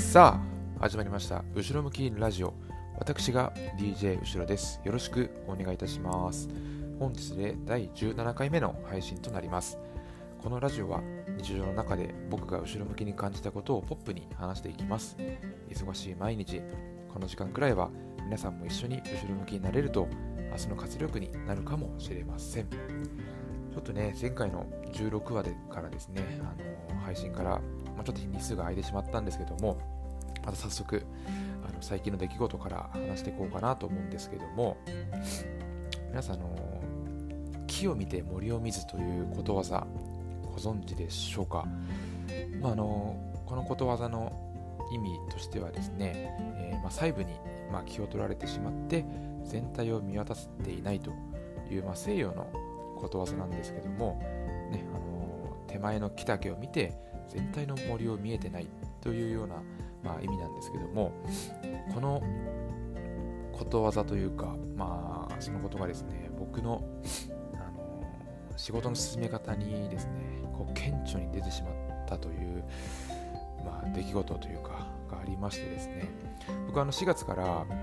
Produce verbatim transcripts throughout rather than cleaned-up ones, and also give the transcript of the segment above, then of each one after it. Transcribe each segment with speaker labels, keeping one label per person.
Speaker 1: さあ始まりました後ろ向きラジオ。私が ディージェー 後ろです。よろしくお願いいたします。本日でだいじゅうななかいめの配信となります。このラジオは日常の中で僕が後ろ向きに感じたことをポップに話していきます。忙しい毎日、この時間くらいは皆さんも一緒に後ろ向きになれると明日の活力になるかもしれません。ちょっとね、前回のじゅうろくわでからですね、あの配信から、まあ、ちょっと日数が空いてしまったんですけども、また早速あの最近の出来事から話していこうかなと思うんですけども、皆さん、あの木を見て森を見ずということわざご存知でしょうか。まあ、あのこのことわざの意味としてはですね、えーまあ、細部に、まあ、気を取られてしまって全体を見渡せていないという、まあ、西洋のことわざなんですけども、ね、あの手前の木丈を見て全体の森を見えてないというような、まあ、意味なんですけども、このことわざというか、まあ、そのことがですね、僕の、あの仕事の進め方にですね、こう顕著に出てしまったという、まあ、出来事というかがありましてですね、僕はあのしがつから、あの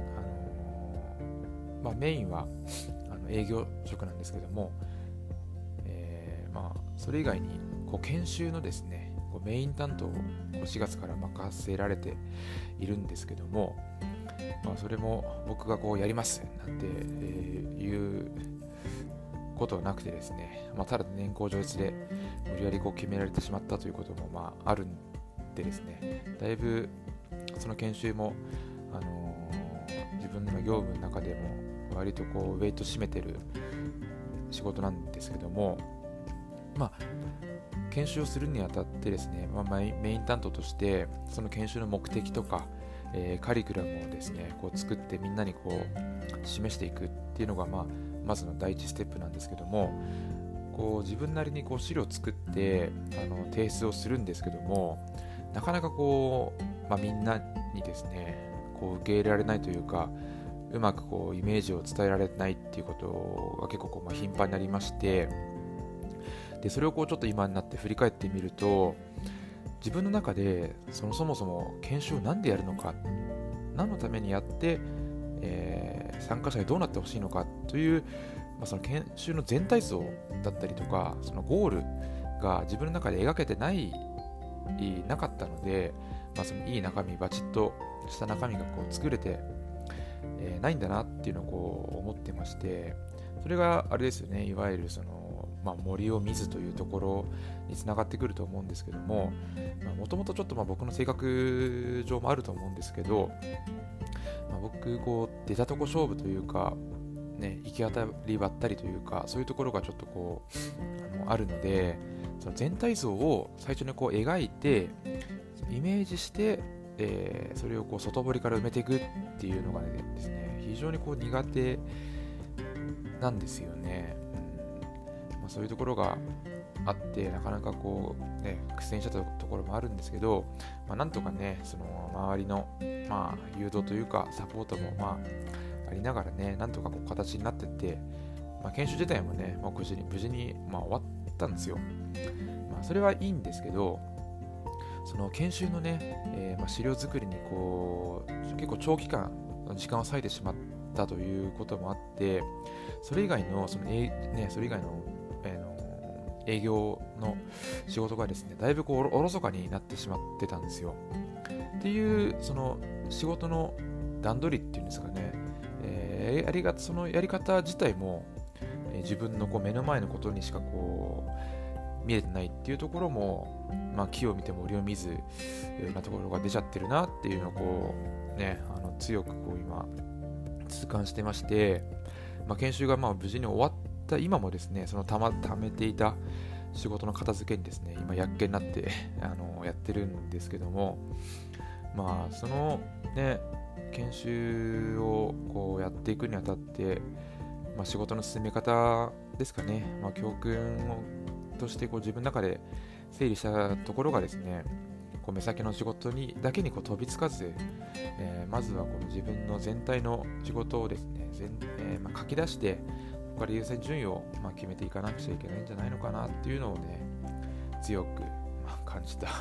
Speaker 1: まあ、メインはあの営業職なんですけども、えーまあ、それ以外にこう研修のですね、こうメイン担当をしがつから任せられているんですけども、まあ、それも僕がこうやりますなんて、えー、いうことはなくてですね、まあ、ただ年功序列で無理やりこう決められてしまったということもまああるんでですね、だいぶその研修も、あのー、自分の業務の中でも割とこうウェイト占めてる仕事なんですけども、まあ研修をするにあたってですね、まあ、メイン担当としてその研修の目的とか、えー、カリキュラムをですねこう作ってみんなにこう示していくっていうのが、まあ、まずの第一ステップなんですけども、こう自分なりにこう資料を作ってあの提出をするんですけども、なかなかこう、まあ、みんなにですねこう受け入れられないというか、うまくこうイメージを伝えられないっていうことが結構こう、まあ、頻繁になりまして、でそれをこうちょっと今になって振り返ってみると、自分の中でそのそもそも研修を何でやるのか、何のためにやって、えー、参加者にどうなってほしいのかという、まあ、その研修の全体像だったりとか、そのゴールが自分の中で描けてないなかったので、まあ、そのいい中身、バチッとした中身がこう作れて、えー、ないんだなっていうのをこう思ってまして、それがあれですよね、いわゆるそのまあ、森を見ずというところにつながってくると思うんですけども、もともとちょっとまあ僕の性格上もあると思うんですけど、まあ、僕こう出たとこ勝負というか、ね、行き当たりばったりというか、そういうところがちょっとこう あのあるので、その全体像を最初にこう描いてイメージして、えー、それをこう外堀から埋めていくっていうのがですね、非常にこう苦手なんですよね。そういうところがあって、なかなかこう、ね、苦戦したところもあるんですけど、まあ、なんとかね、その周りの、まあ、誘導というかサポートも、まあ、ありながらね、なんとかこう形になっていって、まあ、研修自体もね、まあ、無事に、無事に、まあ、終わったんですよ。まあ、それはいいんですけど、その研修のね、えーまあ、資料作りにこう結構長期間時間を割いてしまったということもあって、それ以外のその、えーね、それ以外の営業の仕事がですね、だいぶこうおろそかになってしまってたんですよ。っていうその仕事の段取りっていうんですかね、えー、やりがそのやり方自体も、えー、自分のこう目の前のことにしかこう見えてないっていうところも、まあ、木を見て森を見ずなところが出ちゃってるなっていうのをこうね、あの強くこう今痛感してまして、まあ、研修がまあ無事に終わった今もですね、そのたまためていた仕事の片付けにですね、今やっけになってあのやってるんですけども、まあそのね研修をこうやっていくにあたって、まあ、仕事の進め方ですかね、まあ、教訓をとしてこう自分の中で整理したところがですね、こう目先の仕事にだけにこう飛びつかず、えー、まずはこの自分の全体の仕事をですね、全えーまあ、書き出してここから優先順位をまあ決めていかなくちゃいけないんじゃないのかなっていうのをね、強くまあ感じた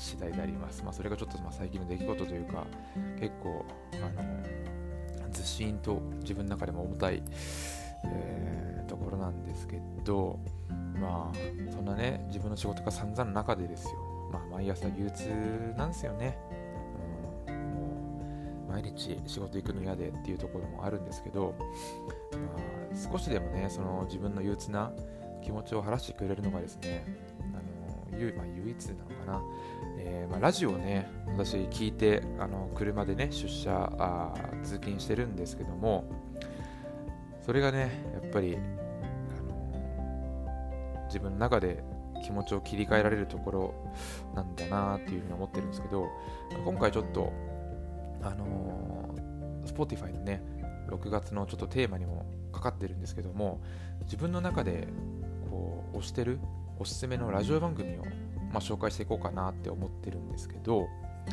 Speaker 1: 次第であります。まあ、それがちょっとまあ最近の出来事というか、結構あのずしんと自分の中でも重たい、えー、ところなんですけど、まあそんなね自分の仕事が散々の中でですよ、まあ、毎朝憂鬱なんですよね。うん、もう毎日仕事行くの嫌でっていうところもあるんですけど、まあ、少しでもねその自分の憂鬱な気持ちを晴らしてくれるのがですね、あの、ゆまあ、唯一なのかな、えーまあ、ラジオをね私聞いてあの車でね出社あ通勤してるんですけども、それがねやっぱりあの自分の中で気持ちを切り替えられるところなんだなっていうふうに思ってるんですけど、今回ちょっとあのー、Spotify のねろくがつのちょっとテーマにもかかってるんですけども、自分の中でこう推してるおすすめのラジオ番組を、まあ、紹介していこうかなって思ってるんですけど、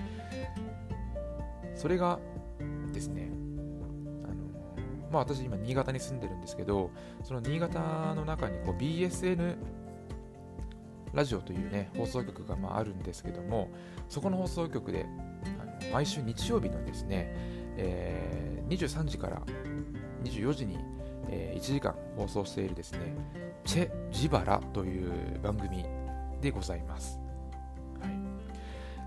Speaker 1: それがですね、あのまあ、私今新潟に住んでるんですけど、その新潟の中にこう ビーエスエヌ ラジオというね放送局がまああるんですけども、そこの放送局であの毎週日曜日のですね、えー、にじゅうさんじからにじゅうよじに、えー、いちじかん放送しているですねチェ・ジバラという番組でございます。はい、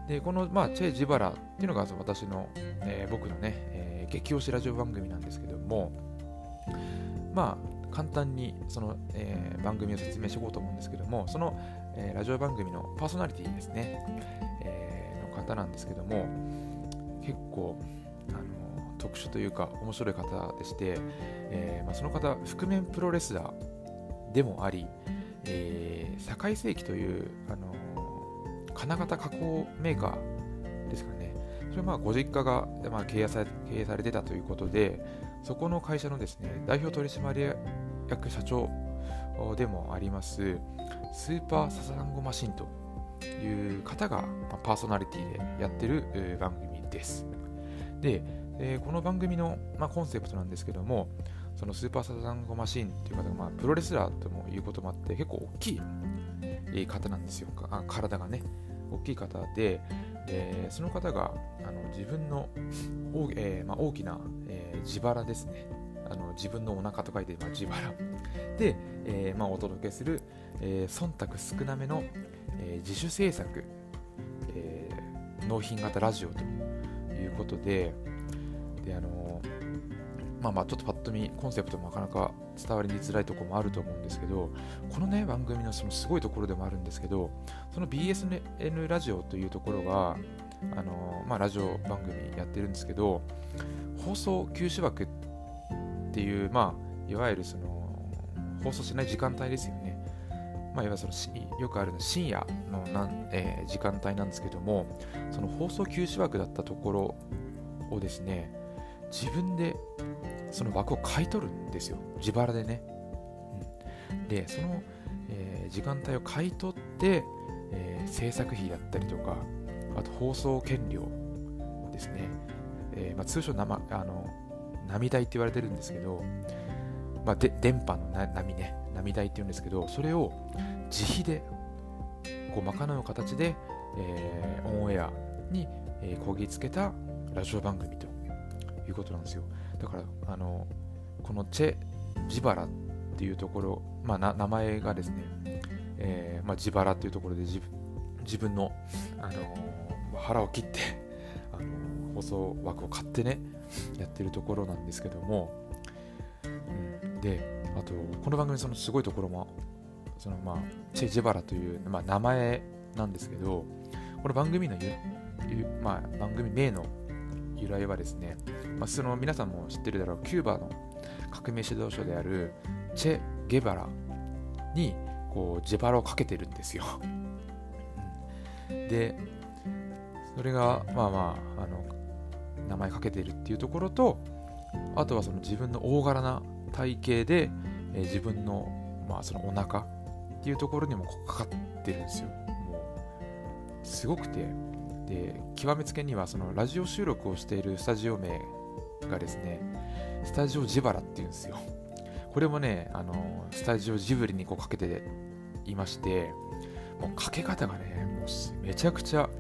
Speaker 1: でこの、まあ、チェ・ジバラっていうのが私の、えー、僕のね、えー、激推しラジオ番組なんですけども、まあ簡単にその、えー、番組を説明していこうと思うんですけども、その、えー、ラジオ番組のパーソナリティですね、えー、の方なんですけども、結構あの特殊というか面白い方でして、えーまあ、その方覆面プロレスラーでもあり、えー、堺製機という、あのー、金型加工メーカーですかね、それはまあご実家が、まあ、経営され、経営されてたということで、そこの会社のですね代表取締役社長でもありますスーパーササダンゴマシンという方が、まあ、パーソナリティでやってる、えー、番組です。で、えー、この番組の、まあ、コンセプトなんですけども、そのスーパーサザンゴマシンという方が、まあ、プロレスラーともいうこともあって結構大きい、えー、方なんですよ。あ体がね大きい方で、でその方があの自分の大、えーまあ、大きな、えー、自腹ですね、あの自分のお腹と書いて、まあ、自腹で、えーまあ、お届けする、えー、忖度少なめの、えー、自主制作、えー、納品型ラジオということで、であのまあまあちょっとパッと見コンセプトもなかなか伝わりづらいところもあると思うんですけど、このね番組のそのすごいところでもあるんですけど、その ビーエスエヌ ラジオというところがあのまあラジオ番組やってるんですけど、放送休止枠っていう、まあいわゆるその放送しない時間帯ですよね。まあ、いわゆるそのよくあるの深夜のなん、えー、時間帯なんですけども、その放送休止枠だったところをですね、自分でその枠を買い取るんですよ、自腹でね。うん、で、その、えー、時間帯を買い取って、えー、制作費だったりとか、あと放送権料ですね、えーまあ、通称生あの波代って言われてるんですけど、まあ、で電波のな波ね、波代って言うんですけど、それを自費でこう賄う形で、えー、オンエアに、えー、こぎつけたラジオ番組ということなんですよ。だからあのこのチェ・ジバラっていうところ、まあ、な名前がですね、えーまあ、自腹っていうところで 自, 自分の、あのー、腹を切って、あのー、放送枠を買ってねやってるところなんですけども、うん、であとこの番組そのすごいところもその、まあ、チェ・ジバラという、まあ、名前なんですけど、この番組のゆゆ、まあ、番組名の由来はですね、まあ、その皆さんも知ってるだろうキューバの革命指導者であるチェ・ゲバラにこう自腹をかけてるんですよ。うん、でそれがまあまああの名前かけてるっていうところと、あとはその自分の大柄な体型で、えー、自分のまあそのお腹っていうところにもかかってるんですよ。もうすごくて、で極めつけにはそのラジオ収録をしているスタジオ名がですね、スタジオジバラっていうんですよ。これもね、あのスタジオジブリにこうかけていまして、もうかけ方がね、もうめちゃくちゃ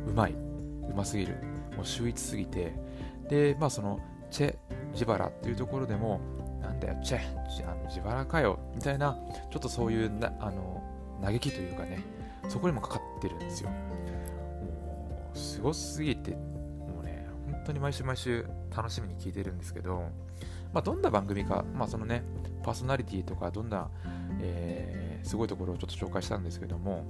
Speaker 1: うまいうますぎる、もう秀逸すぎて、でまあそのチェ・ジバラっていうところでも、なんだよチェ、あのジバラかよみたいな、ちょっとそういうなあの嘆きというかね、そこにもかかってるんですよ。もうすごすぎて、もうね本当に毎週毎週楽しみに聞いてるんですけど、まあ、どんな番組か、まあそのね、パーソナリティとかどんな、えー、すごいところをちょっと紹介したんですけども、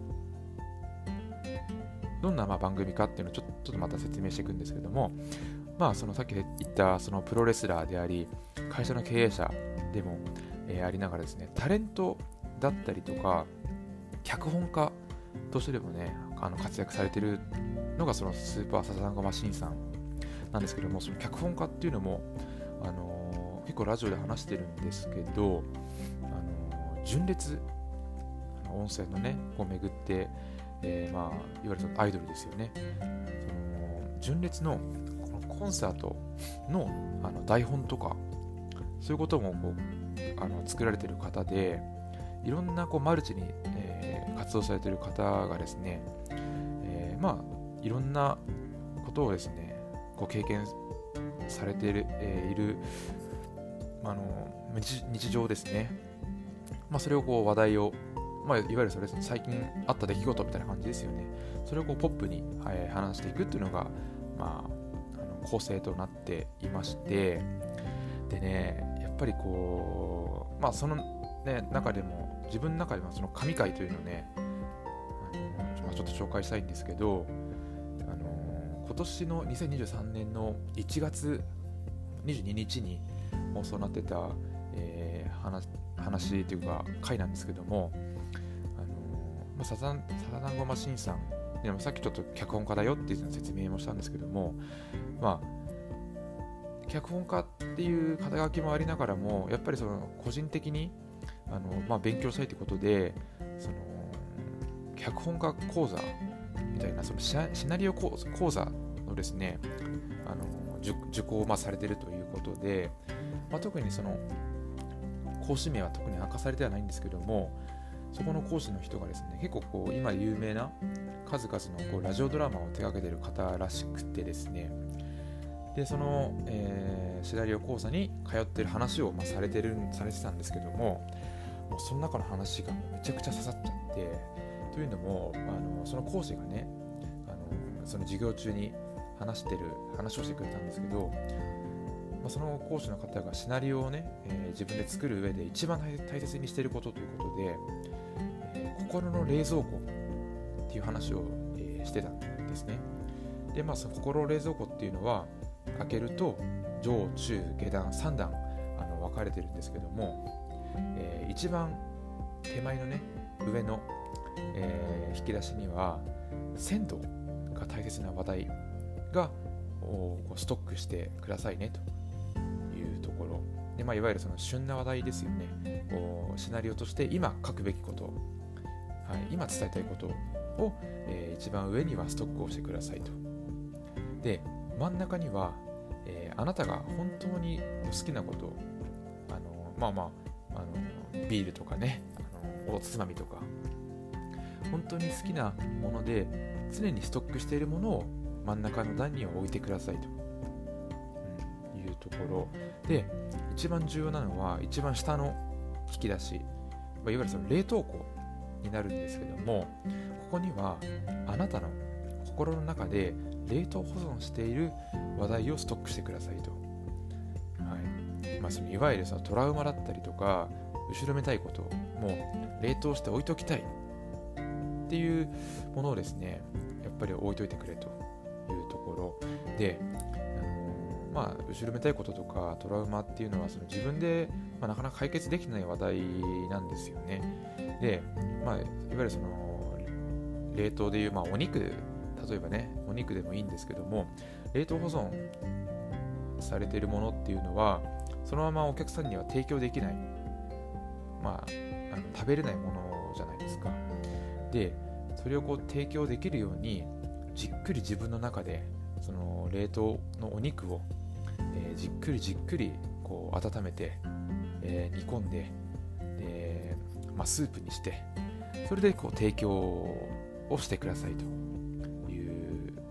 Speaker 1: どんなまあ番組かっていうのをちょっとまた説明していくんですけども、まあそのさっき言ったそのプロレスラーであり、会社の経営者でも、えー、ありながらですね、タレントだったりとか脚本家としてでもね、あの活躍されているのがそのスーパーサザンゴマシンさんなんですけども、その脚本家っていうのも、あのー、結構ラジオで話してるんですけど、あのー、純烈、音声のねを巡って、えー、まあいわゆるそのアイドルですよね。その純烈のこのコンサートの、あの台本とかそういうこともこうあの作られている方で、いろんなこうマルチに、えー、活動されている方がですね、えー、まあいろんなことをですねこう経験されている、えー、いる、まあ、あの日, 日常ですね、まあ、それをこう話題を、まあ、いわゆるそれ最近あった出来事みたいな感じですよね。それをこうポップに、はい、話していくっていうのが、まあ、あの構成となっていまして、でね、やっぱりこう、まあそのね中でも自分の中でもその神回というのをね、あの、まあ、ちょっと紹介したいんですけど、あの今年のにせんにじゅうさんねんのいちがつにじゅうににちに放送になってた、えー、話, 話というか回なんですけども、あのまあ、サザンサザンゴマシンさんでもさっきちょっと脚本家だよっていう説明もしたんですけども、まあ脚本家っていう肩書きもありながらも、やっぱりその個人的にあの、まあ、勉強したいということで、その脚本家講座みたいなそのシナリオ講座のですね、あの 受, 受講をまあされているということで、まあ、特にその講師名は特に明かされてはないんですけども、そこの講師の人がですね、結構こう今有名な数々のこうラジオドラマを手掛けている方らしくてですね、でその、えー、シナリオ講座に通っている話を、まあ、されてるされてたんですけども、もうその中の話がめちゃくちゃ刺さっちゃって、というのもあのその講師がね、あのその授業中に話してる話をしてくれたんですけど、まあ、その講師の方がシナリオをね、えー、自分で作る上で一番大切にしていることということで、えー、心の冷蔵庫っていう話を、えー、してたんですね。で、まあ、その心の冷蔵庫っていうのは開けると上中下段さん段あの分かれてるんですけども、えー、一番手前のね上の、えー、引き出しには鮮度が大切な話題がストックしてくださいねというところで、まあ、いわゆるその旬な話題ですよね。こうシナリオとして今書くべきこと、はい、今伝えたいことを、えー、一番上にはストックをしてくださいと。で真ん中には、えー、あなたが本当に好きなこと、あのまあまあ、あのビールとかね、あのおつまみとか本当に好きなもので常にストックしているものを真ん中の段には置いてくださいと、うん、いうところで、一番重要なのは一番下の引き出し、まあ、いわゆるその冷凍庫になるんですけども、ここにはあなたの心の中で冷凍保存している話題をストックしてくださいと、はいまあ、そのいわゆるそのトラウマだったりとか後ろめたいことも冷凍して置いておきたいっていうものをですね、やっぱり置いといてくれというところで、あのー、まあ後ろめたいこととかトラウマっていうのはその自分で、まあ、なかなか解決できない話題なんですよね。で、まあ、いわゆるその冷凍でいう、まあ、お肉、例えばねお肉でもいいんですけども、冷凍保存されているものっていうのはそのままお客さんには提供できない、まあ、あの食べれないものじゃないですか。でそれをこう提供できるようにじっくり自分の中でその冷凍のお肉を、えー、じっくりじっくりこう温めて、えー、煮込んで、で、まあ、スープにしてそれでこう提供をしてくださいという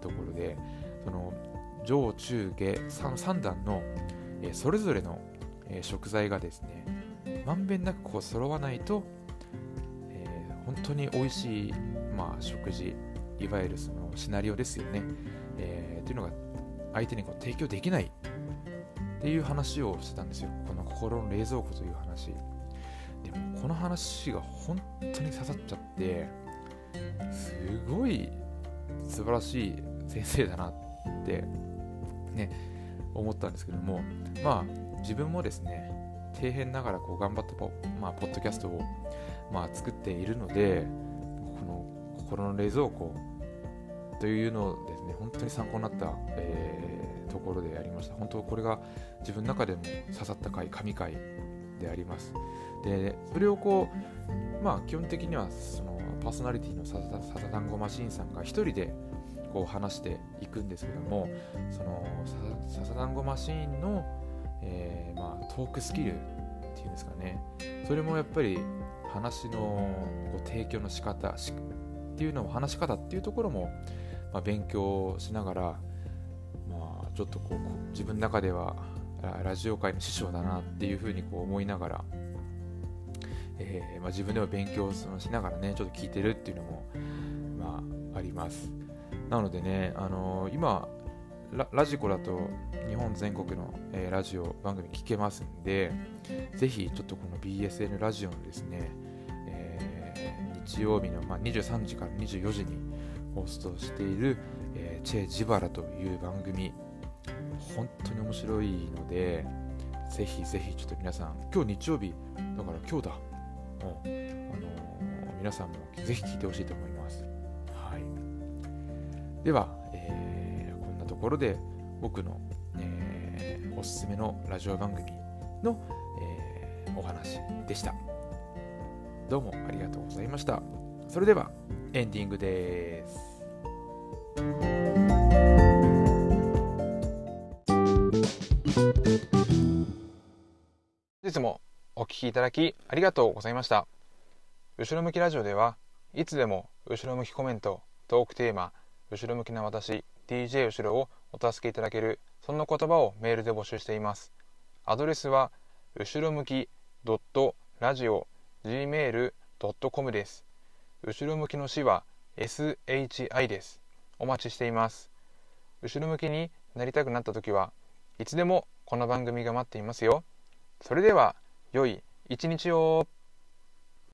Speaker 1: ところで、その上中下 3, さん段の、えー、それぞれの、えー、食材がですねまんべんなくこう揃わないと、えー、本当に美味しい、まあ、食事、いわゆるそのシナリオですよね、えー、っていうのが相手にこう提供できないっていう話をしてたんですよ。この心の冷蔵庫という話でも、この話が本当に刺さっちゃって、すごい素晴らしい先生だなってね思ったんですけども、まあ自分もですね底辺ながらこう頑張ってポ、まあ、ポッドキャストを、まあ、作っているので、この心の冷蔵庫というのをですね本当に参考になった、えー、ところでありました。本当これが自分の中でも刺さった回、神回であります。でそれをこうまあ基本的にはそのパーソナリティのササダンゴマシーンさんが一人でこう話していくんですけども、そのササダンゴマシーンの、えーまあ、トークスキルっていうんですかね、それもやっぱり話のこう提供の仕方っていうのも話し方っていうところも、まあ、勉強しながら、まあ、ちょっとこう自分の中ではラジオ界の師匠だなっていうふうにこう思いながら、えーまあ、自分でも勉強しながらねちょっと聞いてるっていうのも、まあ、あります。なのでね、あのー、今 ラ, ラジコだと日本全国の、えー、ラジオ番組聞けますんで、ぜひちょっとこの ビーエスエヌ ラジオのですね、えー、日曜日の、まあ、にじゅうさんじからにじゅうよじに放送している、えー、チェ・ジバラという番組、本当に面白いので、ぜひぜひちょっと皆さん、今日日曜日だから今日だ、うん、あのー、皆さんもぜひ聞いてほしいと思います。はい、では、えー、こんなところで僕の、えー、おすすめのラジオ番組の、えー、お話でした。どうもありがとうございました。それではエンディングです。本日もお聞きいただきありがとうございました。後ろ向きラジオではいつでも後ろ向きコメント、トークテーマ、後ろ向きな私 ディージェー 後ろをお助けいただける、そんな言葉をメールで募集しています。アドレスは後ろ向き ラジオ ジーメール ドットコム です。後ろ向きの詩は エスエイチアイ です。お待ちしています。後ろ向きになりたくなった時はいつでもこの番組が待っていますよ。それでは良い一日を。